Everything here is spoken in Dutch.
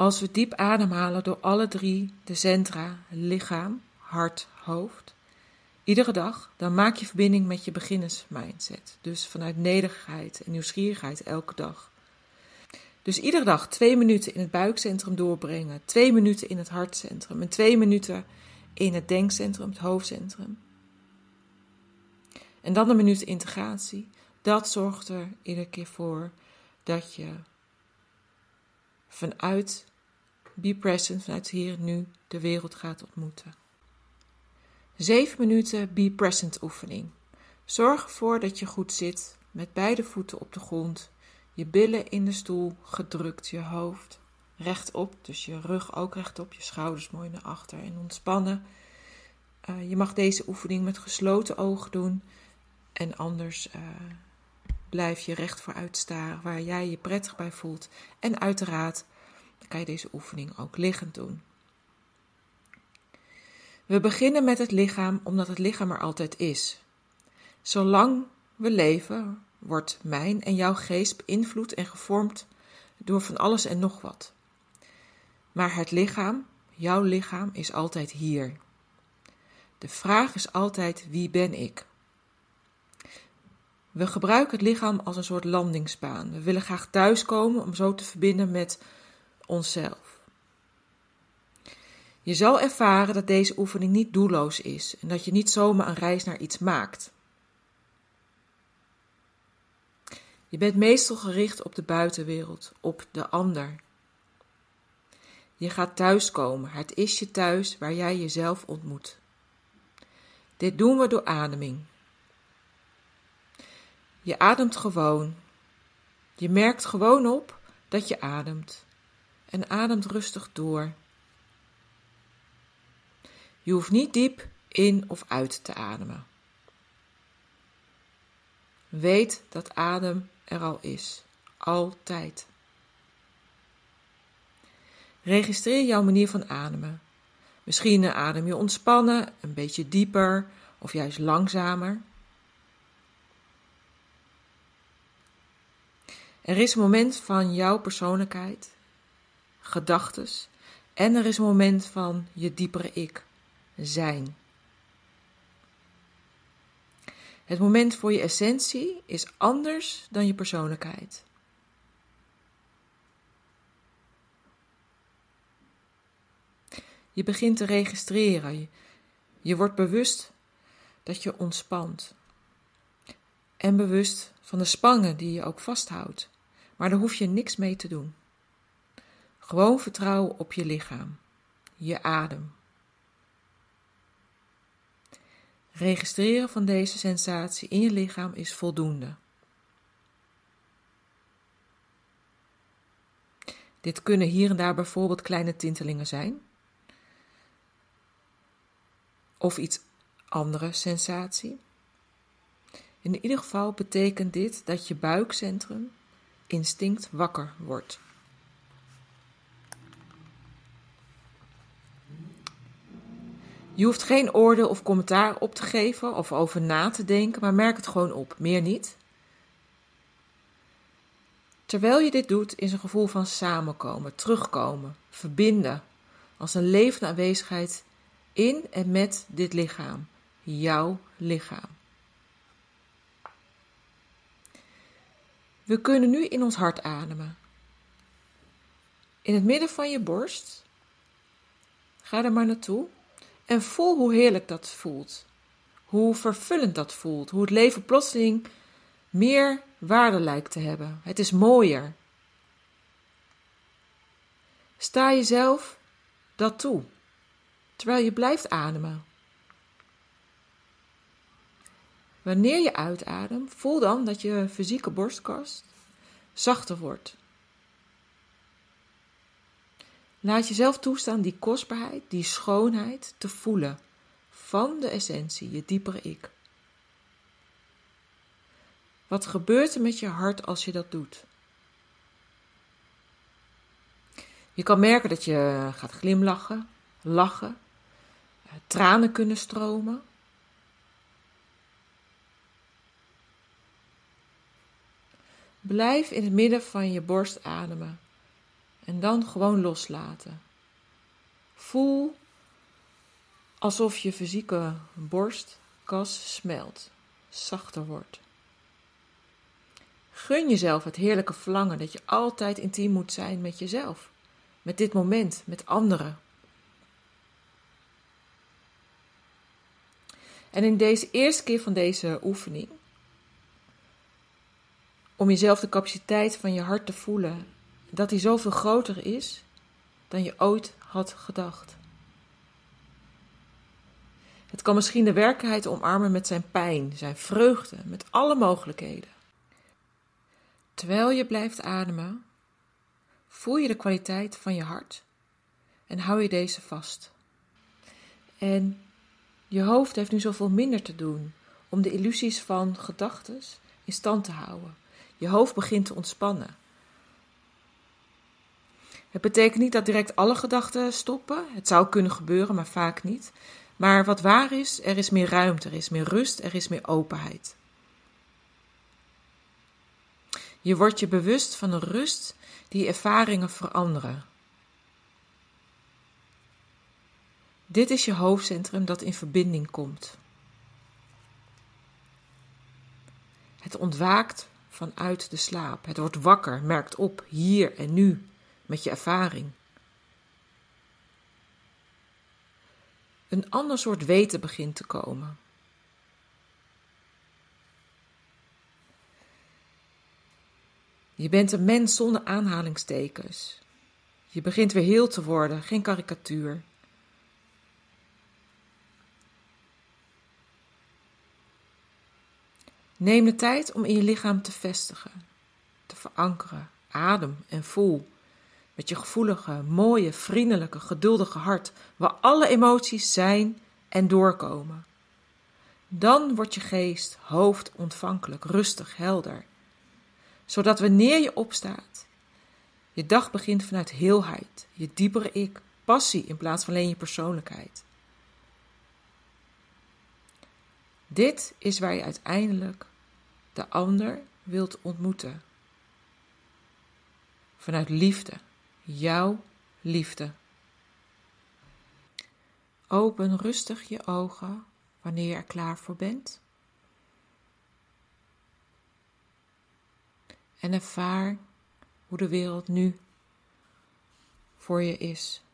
Als we diep ademhalen door alle 3 de centra, lichaam, hart, hoofd, iedere dag, dan maak je verbinding met je beginnersmindset. Dus vanuit nederigheid en nieuwsgierigheid elke dag. Dus iedere dag 2 minuten in het buikcentrum doorbrengen, 2 minuten in het hartcentrum en 2 minuten in het denkcentrum, het hoofdcentrum. En dan een minuut integratie. Dat zorgt er iedere keer voor dat je vanuit be present, vanuit hier en nu, de wereld gaat ontmoeten. 7 minuten be present oefening. Zorg ervoor dat je goed zit, met beide voeten op de grond, je billen in de stoel gedrukt, je hoofd rechtop, dus je rug ook rechtop, je schouders mooi naar achter en ontspannen. Je mag deze oefening met gesloten ogen doen en anders blijf je recht vooruit staren waar jij je prettig bij voelt. En uiteraard kan je deze oefening ook liggend doen. We beginnen met het lichaam omdat het lichaam er altijd is. Zolang we leven wordt mijn en jouw geest beïnvloed en gevormd door van alles en nog wat. Maar het lichaam, jouw lichaam, is altijd hier. De vraag is altijd: wie ben ik? We gebruiken het lichaam als een soort landingsbaan. We willen graag thuiskomen om zo te verbinden met onszelf. Je zal ervaren dat deze oefening niet doelloos is en dat je niet zomaar een reis naar iets maakt. Je bent meestal gericht op de buitenwereld, op de ander. Je gaat thuiskomen. Het is je thuis waar jij jezelf ontmoet. Dit doen we door ademing. Je ademt gewoon. Je merkt gewoon op dat je ademt. En ademt rustig door. Je hoeft niet diep in of uit te ademen. Weet dat adem er al is. Altijd. Registreer jouw manier van ademen. Misschien adem je ontspannen, een beetje dieper of juist langzamer. Er is een moment van jouw persoonlijkheid, gedachtes en er is een moment van je diepere ik, zijn. Het moment voor je essentie is anders dan je persoonlijkheid. Je begint te registreren. Je wordt bewust dat je ontspant. En bewust van de spanningen die je ook vasthoudt. Maar daar hoef je niks mee te doen. Gewoon vertrouwen op je lichaam. Je adem. Registreren van deze sensatie in je lichaam is voldoende. Dit kunnen hier en daar bijvoorbeeld kleine tintelingen zijn. Of iets andere sensatie. In ieder geval betekent dit dat je buikcentrum instinct wakker wordt. Je hoeft geen oordeel of commentaar op te geven of over na te denken, maar merk het gewoon op, meer niet. Terwijl je dit doet, is een gevoel van samenkomen, terugkomen, verbinden, als een levende aanwezigheid in en met dit lichaam, jouw lichaam. We kunnen nu in ons hart ademen. In het midden van je borst. Ga er maar naartoe. En voel hoe heerlijk dat voelt. Hoe vervullend dat voelt. Hoe het leven plotseling meer waarde lijkt te hebben. Het is mooier. Sta jezelf dat toe. Terwijl je blijft ademen. Wanneer je uitademt, voel dan dat je fysieke borstkas zachter wordt. Laat jezelf toestaan die kostbaarheid, die schoonheid te voelen van de essentie, je diepere ik. Wat gebeurt er met je hart als je dat doet? Je kan merken dat je gaat glimlachen, lachen, tranen kunnen stromen. Blijf in het midden van je borst ademen En dan gewoon loslaten. Voel alsof je fysieke borstkas smelt, zachter wordt. Gun jezelf het heerlijke verlangen dat je altijd intiem moet zijn met jezelf. Met dit moment, met anderen. En in deze eerste keer van deze oefening, om jezelf de capaciteit van je hart te voelen, dat die zoveel groter is dan je ooit had gedacht. Het kan misschien de werkelijkheid omarmen met zijn pijn, zijn vreugde, met alle mogelijkheden. Terwijl je blijft ademen, voel je de kwaliteit van je hart en hou je deze vast. En je hoofd heeft nu zoveel minder te doen om de illusies van gedachten in stand te houden. Je hoofd begint te ontspannen. Het betekent niet dat direct alle gedachten stoppen. Het zou kunnen gebeuren, maar vaak niet. Maar wat waar is, er is meer ruimte, er is meer rust, er is meer openheid. Je wordt je bewust van een rust die ervaringen veranderen. Dit is je hoofdcentrum dat in verbinding komt. Het ontwaakt vanuit de slaap. Het wordt wakker, merkt op, hier en nu, met je ervaring. Een ander soort weten begint te komen. Je bent een mens zonder aanhalingstekens. Je begint weer heel te worden, geen karikatuur. Neem de tijd om in je lichaam te vestigen, te verankeren. Adem en voel. Met je gevoelige, mooie, vriendelijke, geduldige hart, waar alle emoties zijn en doorkomen. Dan wordt je geest, hoofd ontvankelijk, rustig, helder. Zodat wanneer je opstaat, je dag begint vanuit heelheid, je diepere ik, passie in plaats van alleen je persoonlijkheid. Dit is waar je uiteindelijk de ander wilt ontmoeten. Vanuit liefde, jouw liefde. Open rustig je ogen wanneer je er klaar voor bent. En ervaar hoe de wereld nu voor je is.